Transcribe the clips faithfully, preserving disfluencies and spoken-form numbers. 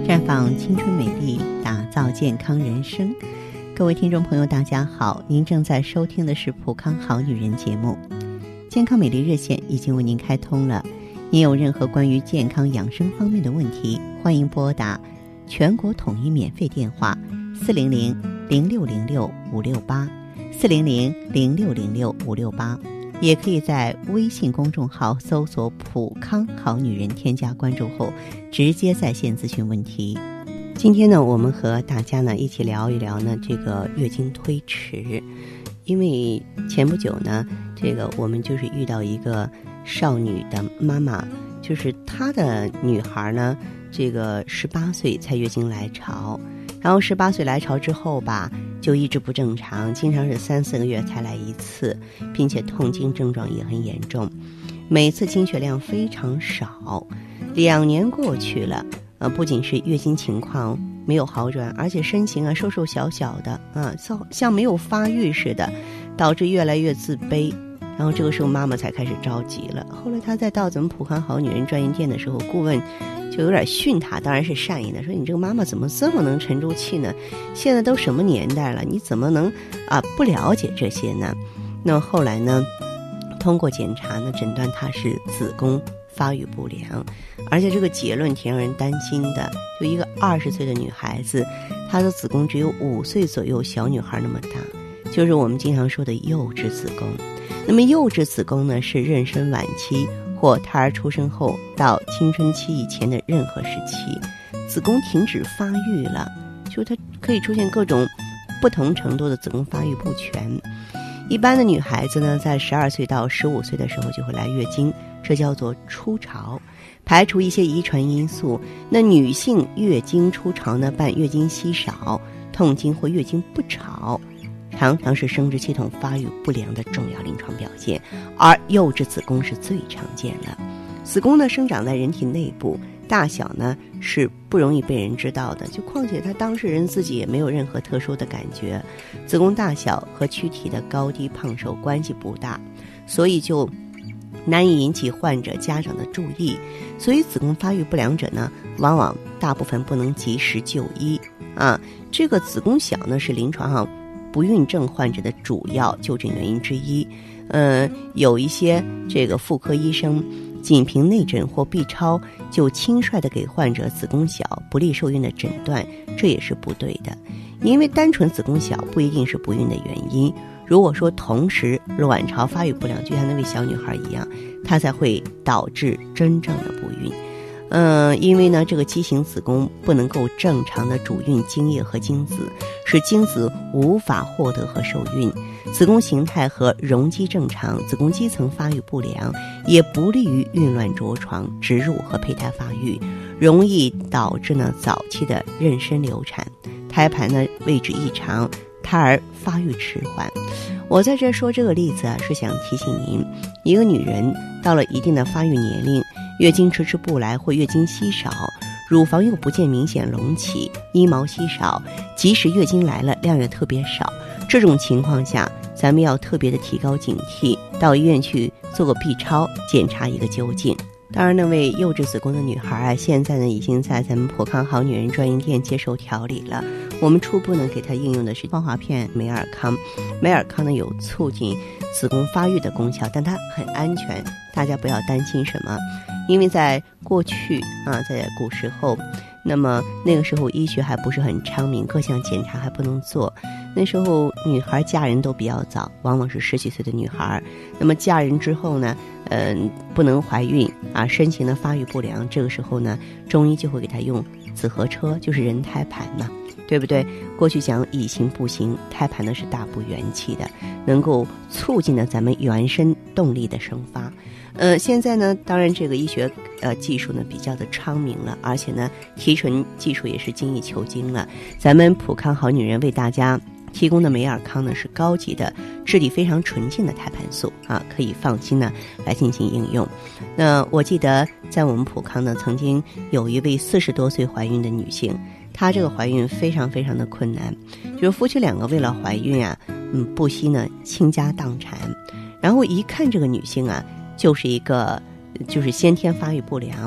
绽放青春美丽，打造健康人生。各位听众朋友大家好，您正在收听的是普康好女人节目。健康美丽热线已经为您开通了，您有任何关于健康养生方面的问题，欢迎拨打全国统一免费电话四零零零六零六五六八四零零零六零六五六八，也可以在微信公众号搜索普康好女人，添加关注后直接在线咨询问题。今天呢，我们和大家呢一起聊一聊呢这个月经推迟。因为前不久呢，这个我们就是遇到一个少女的妈妈，就是她的女孩呢，这个十八岁才月经来潮，然后十八岁来潮之后吧，就一直不正常，经常是三四个月才来一次，并且痛经症状也很严重，每次经血量非常少。两年过去了，呃，不仅是月经情况没有好转，而且身形啊瘦瘦小小的啊，像像没有发育似的，导致越来越自卑。然后这个时候妈妈才开始着急了。后来她再到咱们普康好女人专营店的时候，顾问就有点训她，当然是善意的，说你这个妈妈怎么这么能沉住气呢？现在都什么年代了，你怎么能啊不了解这些呢？那么后来呢，通过检查呢，诊断她是子宫发育不良，而且这个结论挺让人担心的。就一个二十岁的女孩子，她的子宫只有五岁左右小女孩那么大，就是我们经常说的幼稚子宫。那么幼稚子宫呢，是妊娠晚期或胎儿出生后到青春期以前的任何时期，子宫停止发育了，就它可以出现各种不同程度的子宫发育不全。一般的女孩子呢，在十二岁到十五岁的时候就会来月经，这叫做初潮。排除一些遗传因素，那女性月经初潮呢，伴月经稀少、痛经或月经不潮，常常是生殖系统发育不良的重要临床表现，而幼稚子宫是最常见的。子宫呢，生长在人体内部，大小呢是不容易被人知道的，就况且他当事人自己也没有任何特殊的感觉。子宫大小和躯体的高低胖瘦关系不大，所以就难以引起患者家长的注意。所以子宫发育不良者呢，往往大部分不能及时就医啊。这个子宫小呢，是临床上不孕症患者的主要就诊原因之一。呃，有一些这个妇科医生仅凭内诊或 B 超就轻率地给患者子宫小不利受孕的诊断，这也是不对的。因为单纯子宫小不一定是不孕的原因，如果说同时卵巢发育不良，就像那位小女孩一样，它才会导致真正的不孕。嗯，因为呢，这个畸形子宫不能够正常的主孕精液和精子，使精子无法获得和受孕。子宫形态和容积正常，子宫肌层发育不良，也不利于孕卵着床、植入和胚胎发育，容易导致呢早期的妊娠流产，胎盘呢位置异常，胎儿发育迟缓。我在这说这个例子啊，是想提醒您，一个女人到了一定的发育年龄，月经迟迟不来或月经稀少，乳房又不见明显隆起，阴毛稀少，即使月经来了量也特别少，这种情况下咱们要特别的提高警惕，到医院去做个 B 超检查一个究竟。当然那位幼稚子宫的女孩啊，现在呢已经在咱们普康好女人专营店接受调理了。我们初步呢给她应用的是芳华片美尔康。美尔康呢有促进子宫发育的功效，但它很安全，大家不要担心什么。因为在过去啊，在古时候，那么那个时候医学还不是很昌明，各项检查还不能做。那时候女孩嫁人都比较早，往往是十几岁的女孩。那么嫁人之后呢，嗯、呃，不能怀孕啊，身形的发育不良，这个时候呢，中医就会给她用紫河车，就是人胎盘嘛，对不对？过去讲以形补形，胎盘呢是大补元气的，能够促进呢咱们原生动力的生发。呃，现在呢，当然这个医学呃技术呢比较的昌明了，而且呢提纯技术也是精益求精了。咱们普康好女人为大家提供的美尔康呢是高级的、质地非常纯净的胎盘素啊，可以放心呢来进行应用。那我记得在我们普康呢，曾经有一位四十多岁怀孕的女性，她这个怀孕非常非常的困难，就是夫妻两个为了怀孕啊，嗯，不惜呢倾家荡产。然后一看这个女性啊，就是一个就是先天发育不良，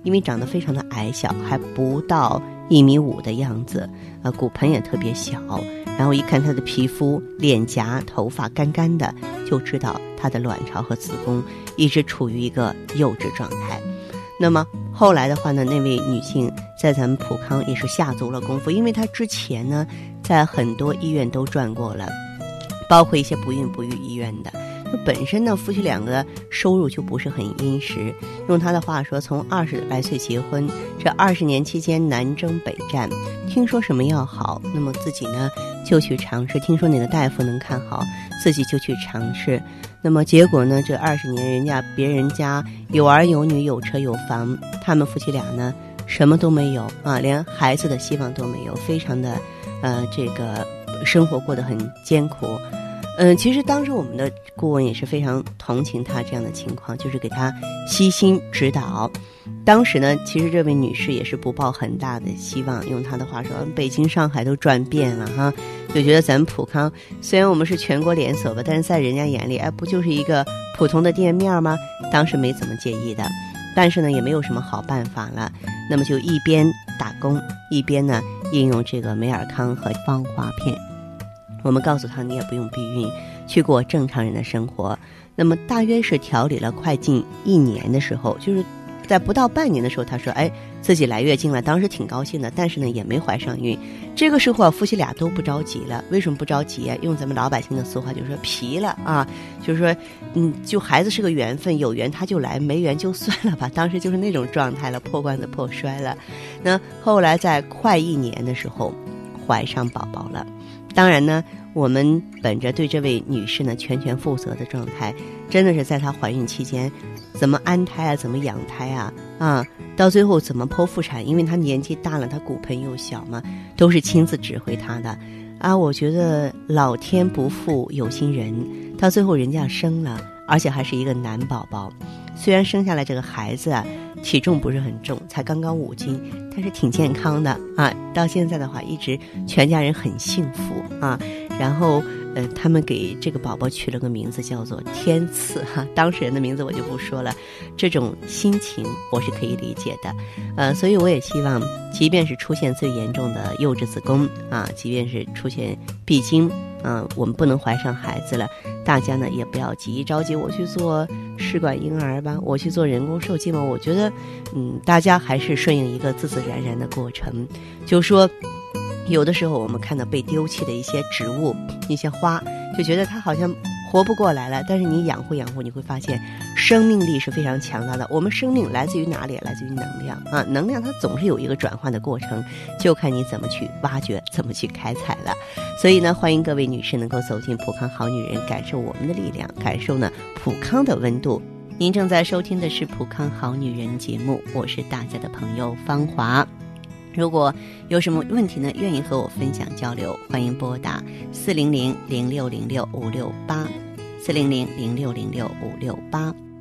因为长得非常的矮小，还不到一米五的样子，呃，骨盆也特别小，然后一看她的皮肤、脸颊、头发干干的，就知道她的卵巢和子宫一直处于一个幼稚状态。那么后来的话呢，那位女性在咱们普康也是下足了功夫，因为她之前呢在很多医院都转过了，包括一些不孕不育医院的。本身呢夫妻两个收入就不是很殷实，用他的话说，从二十来岁结婚，这二十年期间南征北战，听说什么药好，那么自己呢就去尝试，听说哪个大夫能看好，自己就去尝试。那么结果呢，这二十年人家别人家有儿有女有车有房，他们夫妻俩呢什么都没有啊，连孩子的希望都没有，非常的呃这个生活过得很艰苦。嗯、呃，其实当时我们的顾问也是非常同情他这样的情况，就是给他悉心指导。当时呢，其实这位女士也是不抱很大的希望，用她的话说，北京上海都转遍了哈，就觉得咱们普康虽然我们是全国连锁吧，但是在人家眼里，哎，不就是一个普通的店面吗？当时没怎么介意的，但是呢，也没有什么好办法了，那么就一边打工，一边呢应用这个美尔康和芳华片。我们告诉他，你也不用避孕，去过正常人的生活。那么大约是调理了快近一年的时候，就是在不到半年的时候，他说哎，自己来月经了，当时挺高兴的，但是呢也没怀上孕。这个时候啊，夫妻俩都不着急了。为什么不着急啊？用咱们老百姓的俗话就是说皮了啊，就是说嗯，就孩子是个缘分，有缘他就来，没缘就算了吧。当时就是那种状态了，破罐子破摔了。那后来在快一年的时候怀上宝宝了。当然呢，我们本着对这位女士呢全权负责的状态，真的是在她怀孕期间，怎么安胎啊，怎么养胎啊，啊，到最后怎么剖腹产，因为她年纪大了，她骨盆又小嘛，都是亲自指挥她的。啊，我觉得老天不负有心人，到最后人家生了，而且还是一个男宝宝。虽然生下来这个孩子啊，体重不是很重，才刚刚五斤，但是挺健康的啊。到现在的话，一直全家人很幸福啊。然后呃，他们给这个宝宝取了个名字叫做天赐哈、啊，当事人的名字我就不说了。这种心情我是可以理解的，呃，所以我也希望，即便是出现最严重的幼稚子宫啊，即便是出现闭经啊，我们不能怀上孩子了，大家呢也不要急一着急，我去做试管婴儿吧，我去做人工受精吧。我觉得，嗯，大家还是顺应一个自自然然的过程，就说。有的时候我们看到被丢弃的一些植物一些花，就觉得它好像活不过来了，但是你养护养护，你会发现生命力是非常强大的。我们生命来自于哪里？来自于能量啊，能量它总是有一个转换的过程，就看你怎么去挖掘，怎么去开采了。所以呢，欢迎各位女士能够走进普康好女人，感受我们的力量，感受呢普康的温度。您正在收听的是普康好女人节目，我是大家的朋友芳华。如果有什么问题呢，愿意和我分享交流，欢迎拨打四零零零六零六五六八，四零零零六零六五六八。